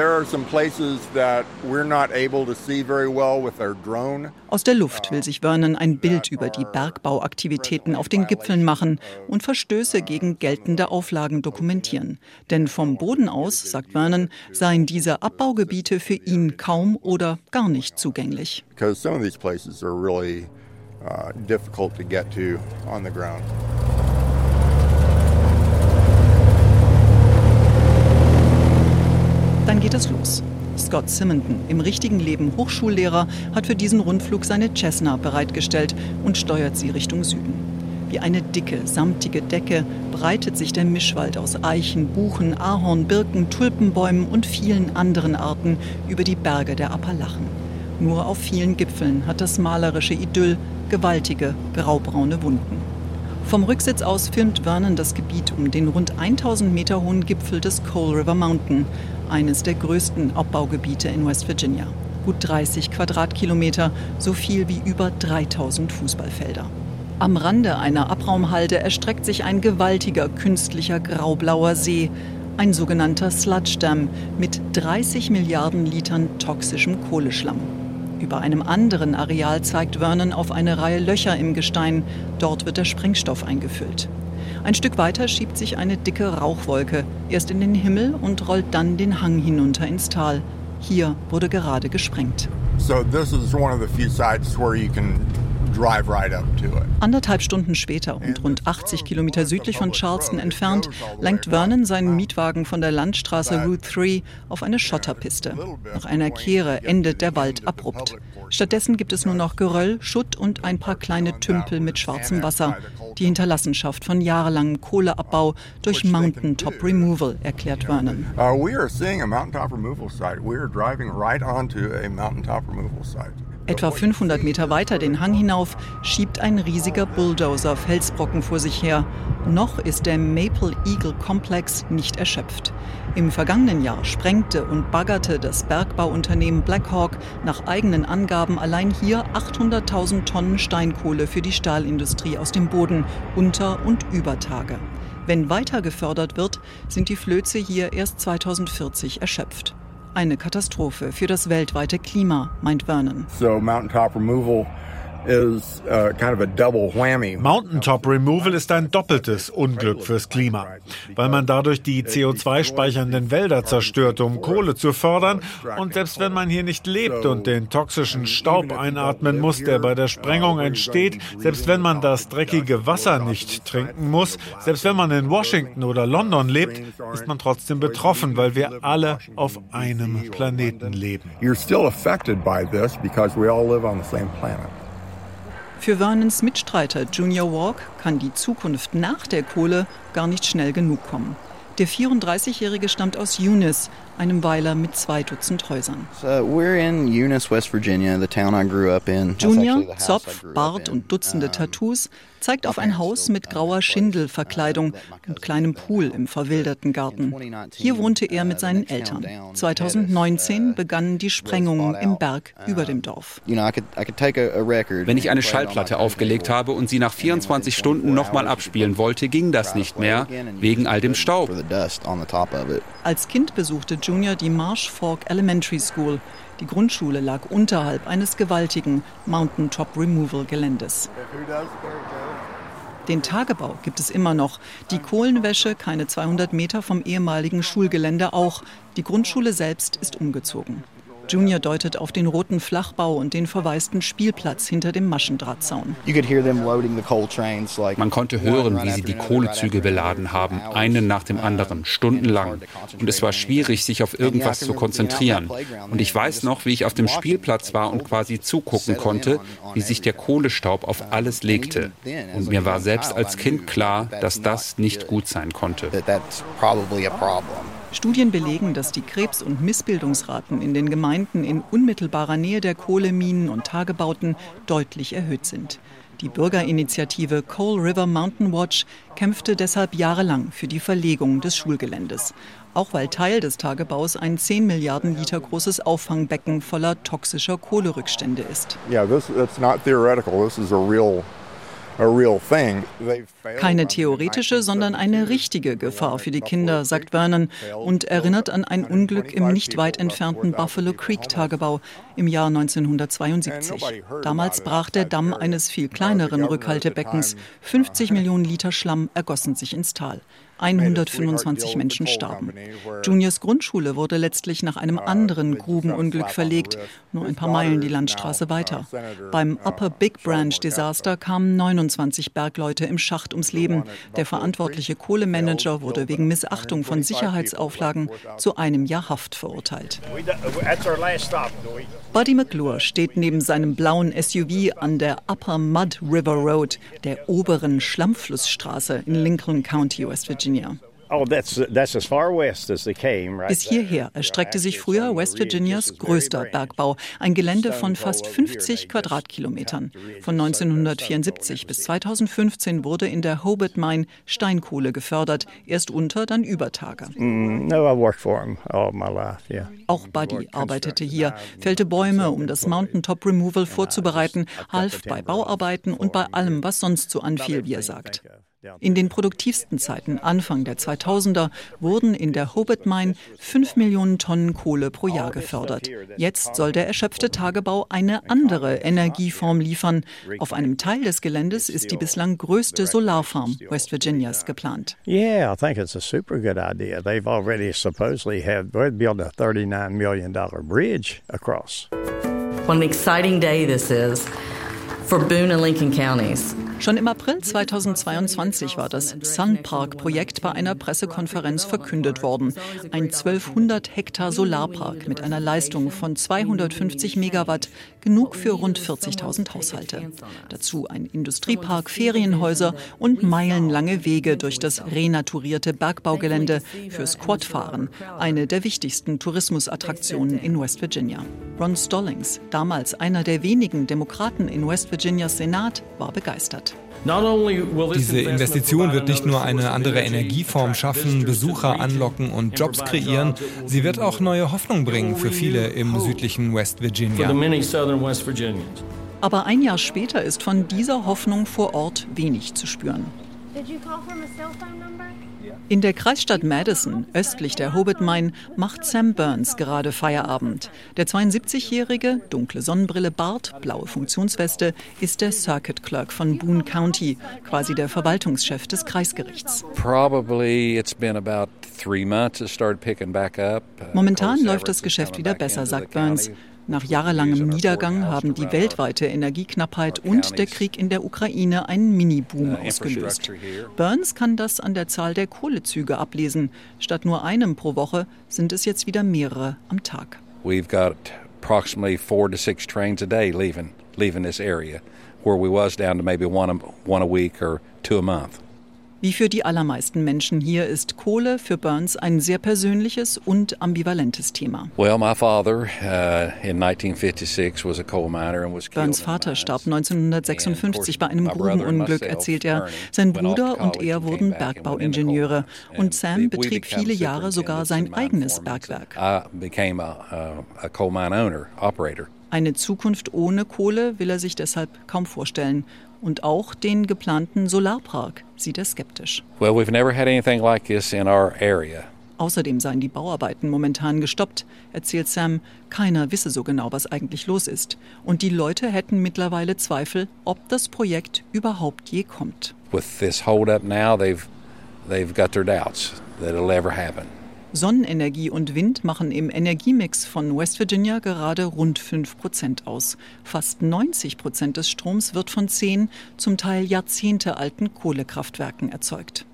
Aus der Luft will sich Vernon ein Bild über die Bergbauaktivitäten auf den Gipfeln machen und Verstöße gegen geltende Auflagen dokumentieren. Denn vom Boden aus, sagt Vernon, seien diese Abbaugebiete für ihn kaum oder gar nicht zugänglich. Because some of these places are really uh, difficult to get to on the ground. Dann geht es los. Scott Simonton, im richtigen Leben Hochschullehrer, hat für diesen Rundflug seine Cessna bereitgestellt und steuert sie Richtung Süden. Wie eine dicke, samtige Decke breitet sich der Mischwald aus Eichen, Buchen, Ahorn, Birken, Tulpenbäumen und vielen anderen Arten über die Berge der Appalachen. Nur auf vielen Gipfeln hat das malerische Idyll gewaltige, graubraune Wunden. Vom Rücksitz aus filmt Vernon das Gebiet um den rund tausend Meter hohen Gipfel des Coal River Mountain, eines der größten Abbaugebiete in West Virginia. Gut dreißig Quadratkilometer, so viel wie über dreitausend Fußballfelder. Am Rande einer Abraumhalde erstreckt sich ein gewaltiger künstlicher graublauer See, ein sogenannter Sludge Dam mit dreißig Milliarden Litern toxischem Kohleschlamm. Über einem anderen Areal zeigt Vernon auf eine Reihe Löcher im Gestein. Dort wird der Sprengstoff eingefüllt. Ein Stück weiter schiebt sich eine dicke Rauchwolke erst in den Himmel und rollt dann den Hang hinunter ins Tal. Hier wurde gerade gesprengt. So this is one of the few sites where you can drive right up to it. Anderthalb Stunden später und rund achtzig Kilometer südlich von Charleston entfernt lenkt Vernon seinen Mietwagen von der Landstraße Route drei auf eine Schotterpiste. Nach einer Kehre endet der Wald abrupt. Stattdessen gibt es nur noch Geröll, Schutt und ein paar kleine Tümpel mit schwarzem Wasser. Die Hinterlassenschaft von jahrelangem Kohleabbau durch Mountaintop Removal, erklärt Vernon. Uh, we are seeing a mountaintop removal site. We are driving right onto a mountaintop removal site. Etwa fünfhundert Meter weiter den Hang hinauf schiebt ein riesiger Bulldozer Felsbrocken vor sich her. Noch ist der Maple Eagle Komplex nicht erschöpft. Im vergangenen Jahr sprengte und baggerte das Bergbauunternehmen Blackhawk nach eigenen Angaben allein hier achthunderttausend Tonnen Steinkohle für die Stahlindustrie aus dem Boden unter und über Tage. Wenn weiter gefördert wird, sind die Flöze hier erst zweitausendvierzig erschöpft. Eine Katastrophe für das weltweite Klima, meint Vernon. So mountaintop removal is uh, kind of a double whammy. Mountaintop Removal ist ein doppeltes Unglück fürs Klima, weil man dadurch die C O zwei speichernden Wälder zerstört, um Kohle zu fördern. Und selbst wenn man hier nicht lebt und den toxischen Staub einatmen muss, der bei der Sprengung entsteht, selbst wenn man das dreckige Wasser nicht trinken muss, selbst wenn man in Washington oder London lebt, ist man trotzdem betroffen, weil wir alle auf einem Planeten leben. You're still affected by this because we all live on the same planet. Für Vernons Mitstreiter Junior Walk kann die Zukunft nach der Kohle gar nicht schnell genug kommen. Der vierunddreißigjährige stammt aus Eunice, einem Weiler mit zwei Dutzend Häusern. So we're in Eunice, West Virginia, the town I grew up in. Junior, Zopf, Bart und Dutzende Tattoos, zeigt auf ein Haus mit grauer Schindelverkleidung und kleinem Pool im verwilderten Garten. Hier wohnte er mit seinen Eltern. zweitausendneunzehn begannen die Sprengungen im Berg über dem Dorf. Wenn ich eine Schallplatte aufgelegt habe und sie nach vierundzwanzig Stunden nochmal abspielen wollte, ging das nicht mehr, wegen all dem Staub. Als Kind besuchte Junior die Marsh Fork Elementary School. Die Grundschule lag unterhalb eines gewaltigen Mountaintop Removal Geländes. Den Tagebau gibt es immer noch. Die Kohlenwäsche keine zweihundert Meter vom ehemaligen Schulgelände auch. Die Grundschule selbst ist umgezogen. Junior deutet auf den roten Flachbau und den verwaisten Spielplatz hinter dem Maschendrahtzaun. Man konnte hören, wie sie die Kohlezüge beladen haben, einen nach dem anderen, stundenlang. Und es war schwierig, sich auf irgendwas zu konzentrieren. Und ich weiß noch, wie ich auf dem Spielplatz war und quasi zugucken konnte, wie sich der Kohlestaub auf alles legte. Und mir war selbst als Kind klar, dass das nicht gut sein konnte. Studien belegen, dass die Krebs- und Missbildungsraten in den Gemeinden in unmittelbarer Nähe der Kohleminen und Tagebauten deutlich erhöht sind. Die Bürgerinitiative Coal River Mountain Watch kämpfte deshalb jahrelang für die Verlegung des Schulgeländes. Auch weil Teil des Tagebaus ein zehn Milliarden Liter großes Auffangbecken voller toxischer Kohlerückstände ist. Yeah, this, it's not theoretical. This is a real Keine theoretische, sondern eine richtige Gefahr für die Kinder, sagt Vernon und erinnert an ein Unglück im nicht weit entfernten Buffalo Creek Tagebau im Jahr neunzehnhundertzweiundsiebzig. Damals brach der Damm eines viel kleineren Rückhaltebeckens. fünfzig Millionen Liter Schlamm ergossen sich ins Tal. hundertfünfundzwanzig Menschen starben. Juniors Grundschule wurde letztlich nach einem anderen Grubenunglück verlegt, nur ein paar Meilen die Landstraße weiter. Beim Upper Big Branch Desaster kamen neunundzwanzig Bergleute im Schacht ums Leben. Der verantwortliche Kohlemanager wurde wegen Missachtung von Sicherheitsauflagen zu einem Jahr Haft verurteilt. Buddy McClure steht neben seinem blauen S U V an der Upper Mud River Road, der oberen Schlammflussstraße in Lincoln County, West Virginia. Bis hierher erstreckte sich früher West Virginias größter Bergbau, ein Gelände von fast fünfzig Quadratkilometern. Von neunzehnhundertvierundsiebzig bis zweitausendfünfzehn wurde in der Hobart Mine Steinkohle gefördert, erst unter, dann über Tage. Auch Buddy arbeitete hier, fällte Bäume, um das Mountaintop Removal vorzubereiten, half bei Bauarbeiten und bei allem, was sonst so anfiel, wie er sagt. In den produktivsten Zeiten, Anfang der zweitausender, wurden in der Hobart Mine fünf Millionen Tonnen Kohle pro Jahr gefördert. Jetzt soll der erschöpfte Tagebau eine andere Energieform liefern. Auf einem Teil des Geländes ist die bislang größte Solarfarm West Virginias geplant. Yeah, I think it's a super good idea. They've already supposedly have built a thirty-nine million dollar bridge across. What an exciting day this is for Boone and Lincoln counties. Schon im April zweitausendzweiundzwanzig war das Sun Park-Projekt bei einer Pressekonferenz verkündet worden. Ein zwölfhundert Hektar Solarpark mit einer Leistung von zweihundertfünfzig Megawatt, genug für rund vierzigtausend Haushalte. Dazu ein Industriepark, Ferienhäuser und meilenlange Wege durch das renaturierte Bergbaugelände fürs Quadfahren, eine der wichtigsten Tourismusattraktionen in West Virginia. Ron Stallings, damals einer der wenigen Demokraten in West Virginias Senat, war begeistert. Diese Investition wird nicht nur eine andere Energieform schaffen, Besucher anlocken und Jobs kreieren, sie wird auch neue Hoffnung bringen für viele im südlichen West Virginia. Aber ein Jahr später ist von dieser Hoffnung vor Ort wenig zu spüren. In der Kreisstadt Madison, östlich der Hobart Mine, macht Sam Burns gerade Feierabend. Der zweiundsiebzigjährige, dunkle Sonnenbrille, Bart, blaue Funktionsweste, ist der Circuit Clerk von Boone County, quasi der Verwaltungschef des Kreisgerichts. Probably it's been about three months it started picking back up. Momentan läuft das Geschäft wieder besser, sagt Burns. Nach jahrelangem Niedergang haben die weltweite Energieknappheit und der Krieg in der Ukraine einen Mini-Boom ausgelöst. Burns kann das an der Zahl der Kohlezüge ablesen. Statt nur einem pro Woche sind es jetzt wieder mehrere am Tag. We've got approximately four to six trains a day leaving leaving this area, where we was down to maybe one a, one a week or two a month. Wie für die allermeisten Menschen hier ist Kohle für Burns ein sehr persönliches und ambivalentes Thema. Well, my father uh, in nineteen fifty-six was a coal miner and was killed. Burns Vater starb neunzehnhundertsechsundfünfzig bei einem Grubenunglück, erzählt er. Sein Bruder und er wurden Bergbauingenieure und Sam betrieb viele Jahre sogar sein eigenes Bergwerk. I became a, a coal mine owner, operator. Eine Zukunft ohne Kohle will er sich deshalb kaum vorstellen. Und auch den geplanten Solarpark sieht er skeptisch. Well, we've never had anything like this in our area. Außerdem seien die Bauarbeiten momentan gestoppt, erzählt Sam. Keiner wisse so genau, was eigentlich los ist. Und die Leute hätten mittlerweile Zweifel, ob das Projekt überhaupt je kommt. With this hold up now, they've they've got their doubts that it'll ever happen. Sonnenenergie und Wind machen im Energiemix von West Virginia gerade rund fünf Prozent aus. Fast neunzig Prozent des Stroms wird von zehn, zum Teil jahrzehntealten Kohlekraftwerken erzeugt.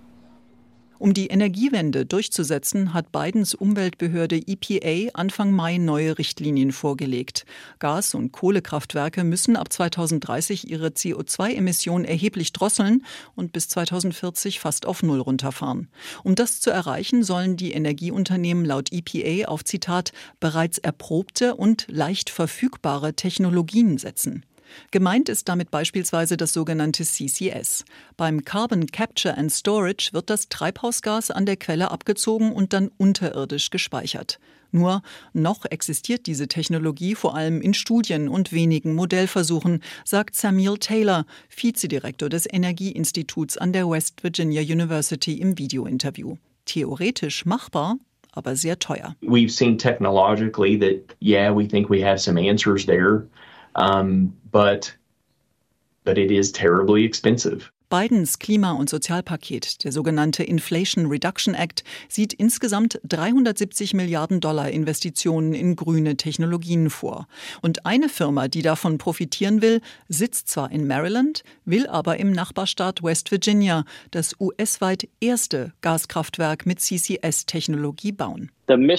Um die Energiewende durchzusetzen, hat Bidens Umweltbehörde E P A Anfang Mai neue Richtlinien vorgelegt. Gas- und Kohlekraftwerke müssen ab zweitausenddreißig ihre C O zwei Emissionen erheblich drosseln und bis zweitausendvierzig fast auf Null runterfahren. Um das zu erreichen, sollen die Energieunternehmen laut E P A auf, Zitat, bereits erprobte und leicht verfügbare Technologien setzen. Gemeint ist damit beispielsweise das sogenannte C C S. Beim Carbon Capture and Storage wird das Treibhausgas an der Quelle abgezogen und dann unterirdisch gespeichert. Nur noch existiert diese Technologie vor allem in Studien und wenigen Modellversuchen, sagt Samuel Taylor, Vizedirektor des Energieinstituts an der West Virginia University im Videointerview. Theoretisch machbar, aber sehr teuer. We've seen technologically that, yeah, we think we have some answers there. Um, but, but it is terribly expensive. Bidens Klima- und Sozialpaket, der sogenannte Inflation Reduction Act, sieht insgesamt dreihundertsiebzig Milliarden Dollar Investitionen in grüne Technologien vor. Und eine Firma, die davon profitieren will, sitzt zwar in Maryland, will aber im Nachbarstaat West Virginia das U S-weit erste Gaskraftwerk mit C C S-Technologie bauen.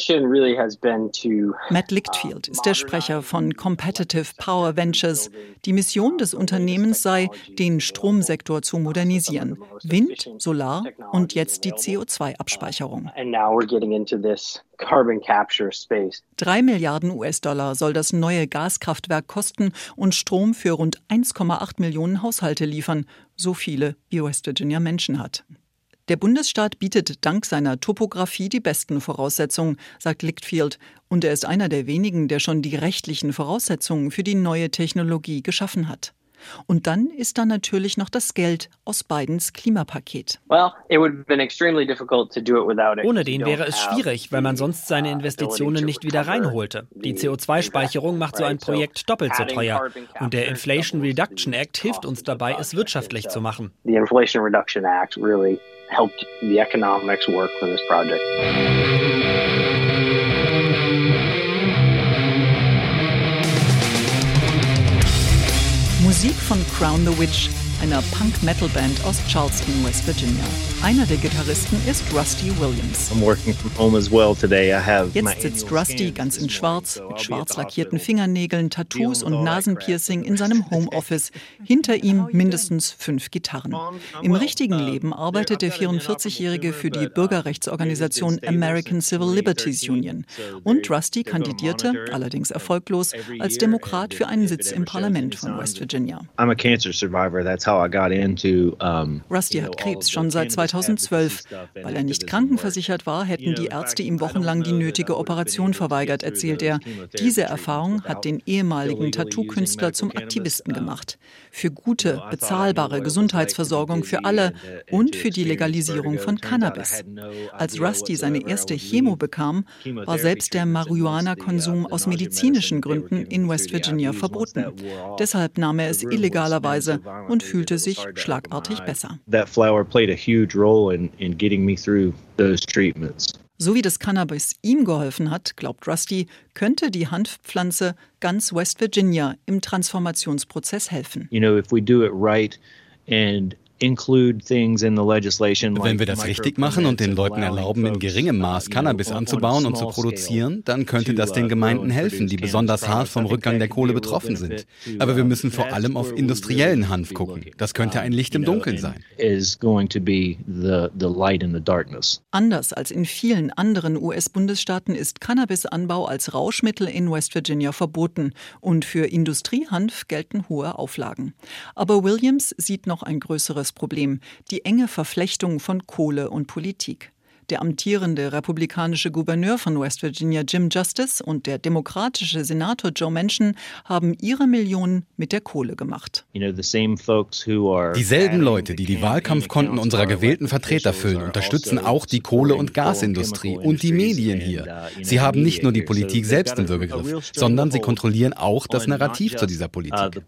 Matt Lichtfield ist der Sprecher von Competitive Power Ventures. Die Mission des Unternehmens sei, den Stromsektor zu modernisieren. Wind, Solar und jetzt die C O zwei Abspeicherung. Drei Milliarden U S-Dollar soll das neue Gaskraftwerk kosten und Strom für rund eins Komma acht Millionen Haushalte liefern. So viele, wie West Virginia Menschen hat. Der Bundesstaat bietet dank seiner Topografie die besten Voraussetzungen, sagt Lichtfield. Und er ist einer der wenigen, der schon die rechtlichen Voraussetzungen für die neue Technologie geschaffen hat. Und dann ist da natürlich noch das Geld aus Bidens Klimapaket. Ohne den wäre es schwierig, weil man sonst seine Investitionen nicht wieder reinholte. Die C O zwei Speicherung macht so ein Projekt doppelt so teuer. Und der Inflation Reduction Act hilft uns dabei, es wirtschaftlich zu machen. The Inflation Reduction Act really helped the economics work for this project. Musik von Crown the Witch, einer Punk-Metal-Band aus Charleston, West Virginia. Einer der Gitarristen ist Rusty Williams. I'm working from home as well today. I have Jetzt sitzt Rusty ganz in schwarz, mit schwarz lackierten Fingernägeln, Tattoos und Nasenpiercing in seinem Homeoffice. Hinter ihm mindestens fünf Gitarren. Im richtigen Leben arbeitet der vierundvierzigjährige für die Bürgerrechtsorganisation American Civil Liberties Union. Und Rusty kandidierte, allerdings erfolglos, als Demokrat für einen Sitz im Parlament von West Virginia. I'm a cancer survivor. That's how how I got into. Um, Rusty hat Krebs schon seit zweitausendzwölf. Weil er nicht krankenversichert war, hätten die Ärzte ihm wochenlang die nötige Operation verweigert, erzählt er. Diese Erfahrung hat den ehemaligen Tattoo-Künstler zum Aktivisten gemacht. Für gute, bezahlbare Gesundheitsversorgung für alle und für die Legalisierung von Cannabis. Als Rusty seine erste Chemo bekam, war selbst der Marihuana-Konsum aus medizinischen Gründen in West Virginia verboten. Deshalb nahm er es illegalerweise und fühlte sich schlagartig besser. That flower played a huge role in, in getting me through those treatments. So wie das Cannabis ihm geholfen hat, glaubt Rusty, könnte die Hanfpflanze ganz West Virginia im Transformationsprozess helfen. You know, if we do it right and Wenn wir das richtig machen und den Leuten erlauben, in geringem Maß Cannabis anzubauen und zu produzieren, dann könnte das den Gemeinden helfen, die besonders hart vom Rückgang der Kohle betroffen sind. Aber wir müssen vor allem auf industriellen Hanf gucken. Das könnte ein Licht im Dunkeln sein. Anders als in vielen anderen U S-Bundesstaaten ist Cannabisanbau als Rauschmittel in West Virginia verboten und für Industriehanf gelten hohe Auflagen. Aber Williams sieht noch ein größeres Problem, die enge Verflechtung von Kohle und Politik. Der amtierende republikanische Gouverneur von West Virginia, Jim Justice, und der demokratische Senator Joe Manchin haben ihre Millionen mit der Kohle gemacht. Dieselben Leute, die die Wahlkampfkonten unserer gewählten Vertreter füllen, unterstützen auch die Kohle- und Gasindustrie und die Medien hier. Sie haben nicht nur die Politik selbst im Würgegriff, sondern sie kontrollieren auch das Narrativ zu dieser Politik.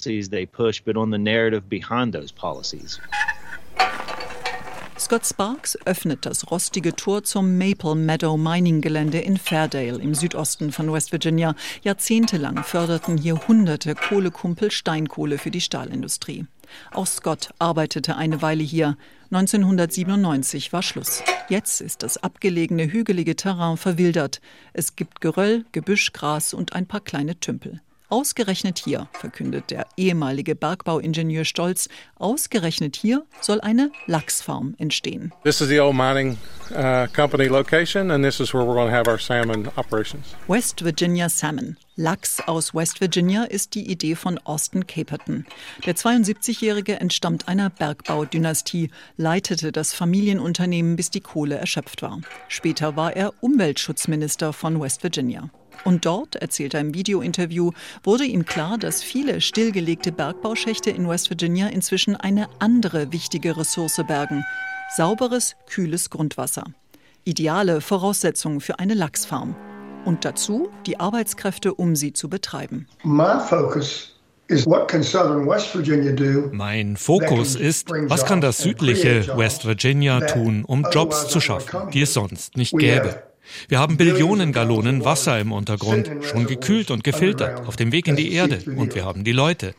Scott Sparks öffnet das rostige Tor zum Maple Meadow Mining Gelände in Fairdale im Südosten von West Virginia. Jahrzehntelang förderten hier hunderte Kohlekumpel Steinkohle für die Stahlindustrie. Auch Scott arbeitete eine Weile hier. neunzehnhundertsiebenundneunzig war Schluss. Jetzt ist das abgelegene, hügelige Terrain verwildert. Es gibt Geröll, Gebüsch, Gras und ein paar kleine Tümpel. Ausgerechnet hier, verkündet der ehemalige Bergbauingenieur stolz, ausgerechnet hier soll eine Lachsfarm entstehen. This is the old mining uh, company location and this is where we're going to have our salmon operations. West Virginia Salmon. Lachs aus West Virginia ist die Idee von Austin Caperton. Der zweiundsiebzigjährige entstammt einer Bergbaudynastie, leitete das Familienunternehmen, bis die Kohle erschöpft war. Später war er Umweltschutzminister von West Virginia. Und dort, erzählt er im Videointerview, wurde ihm klar, dass viele stillgelegte Bergbauschächte in West Virginia inzwischen eine andere wichtige Ressource bergen: sauberes, kühles Grundwasser. Ideale Voraussetzungen für eine Lachsfarm. Und dazu die Arbeitskräfte, um sie zu betreiben. My focus is what can southern West Virginia do. Mein Fokus ist, was kann das südliche West Virginia tun, um Jobs zu schaffen, die es sonst nicht gäbe. Wir haben Billionen Gallonen Wasser im Untergrund, schon gekühlt und gefiltert, auf dem Weg in die Erde. Und wir haben die Leute.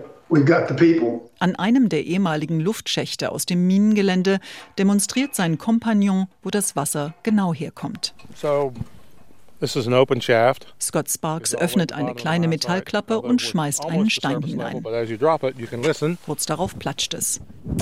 An einem der ehemaligen Luftschächte aus dem Minengelände demonstriert sein Kompagnon, wo das Wasser genau herkommt. Scott Sparks öffnet eine kleine Metallklappe und schmeißt einen Stein hinein. Kurz darauf platscht es.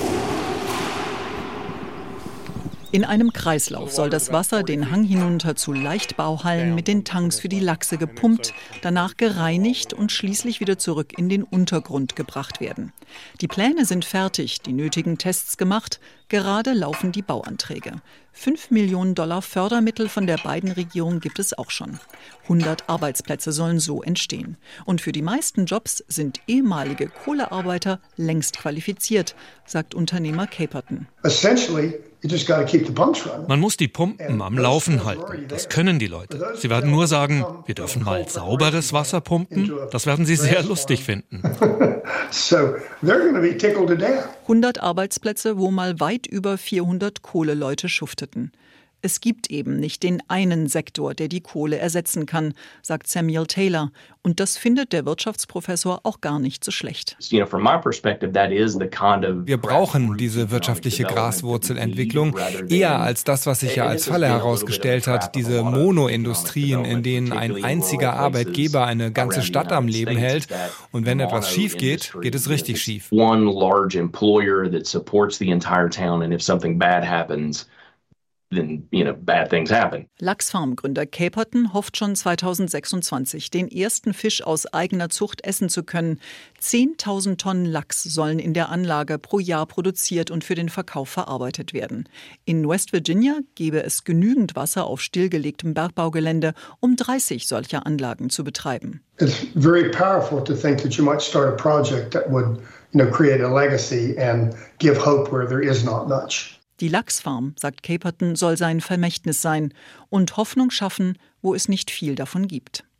In einem Kreislauf soll das Wasser den Hang hinunter zu Leichtbauhallen mit den Tanks für die Lachse gepumpt, danach gereinigt und schließlich wieder zurück in den Untergrund gebracht werden. Die Pläne sind fertig, die nötigen Tests gemacht, gerade laufen die Bauanträge. Fünf Millionen Dollar Fördermittel von der Biden-Regierung gibt es auch schon. hundert Arbeitsplätze sollen so entstehen. Und für die meisten Jobs sind ehemalige Kohlearbeiter längst qualifiziert, sagt Unternehmer Caperton. Man muss die Pumpen am Laufen halten. Das können die Leute. Sie werden nur sagen, wir dürfen mal sauberes Wasser pumpen. Das werden sie sehr lustig finden. hundert Arbeitsplätze, wo mal weit über vierhundert Kohleleute schufteten. Es gibt eben nicht den einen Sektor, der die Kohle ersetzen kann, sagt Samuel Taylor. Und das findet der Wirtschaftsprofessor auch gar nicht so schlecht. Wir brauchen diese wirtschaftliche Graswurzelentwicklung eher als das, was sich ja als Falle herausgestellt hat, diese Monoindustrien, in denen ein einziger Arbeitgeber eine ganze Stadt am Leben hält. Und wenn etwas schief geht, geht es richtig schief. One large employer that supports the entire town, and if something bad happens, then, you know, bad things happen. Lachsfarmgründer Caperton hofft schon zweitausendsechsundzwanzig, den ersten Fisch aus eigener Zucht essen zu können. zehntausend Tonnen Lachs sollen in der Anlage pro Jahr produziert und für den Verkauf verarbeitet werden. In West Virginia gäbe es genügend Wasser auf stillgelegtem Bergbaugelände, um dreißig solcher Anlagen zu betreiben. It's very powerful to think that you might start a project that would, you know, create a legacy and give hope where there is not much. Die Lachsfarm, sagt Caperton, soll sein Vermächtnis sein und Hoffnung schaffen, wo es nicht viel davon gibt.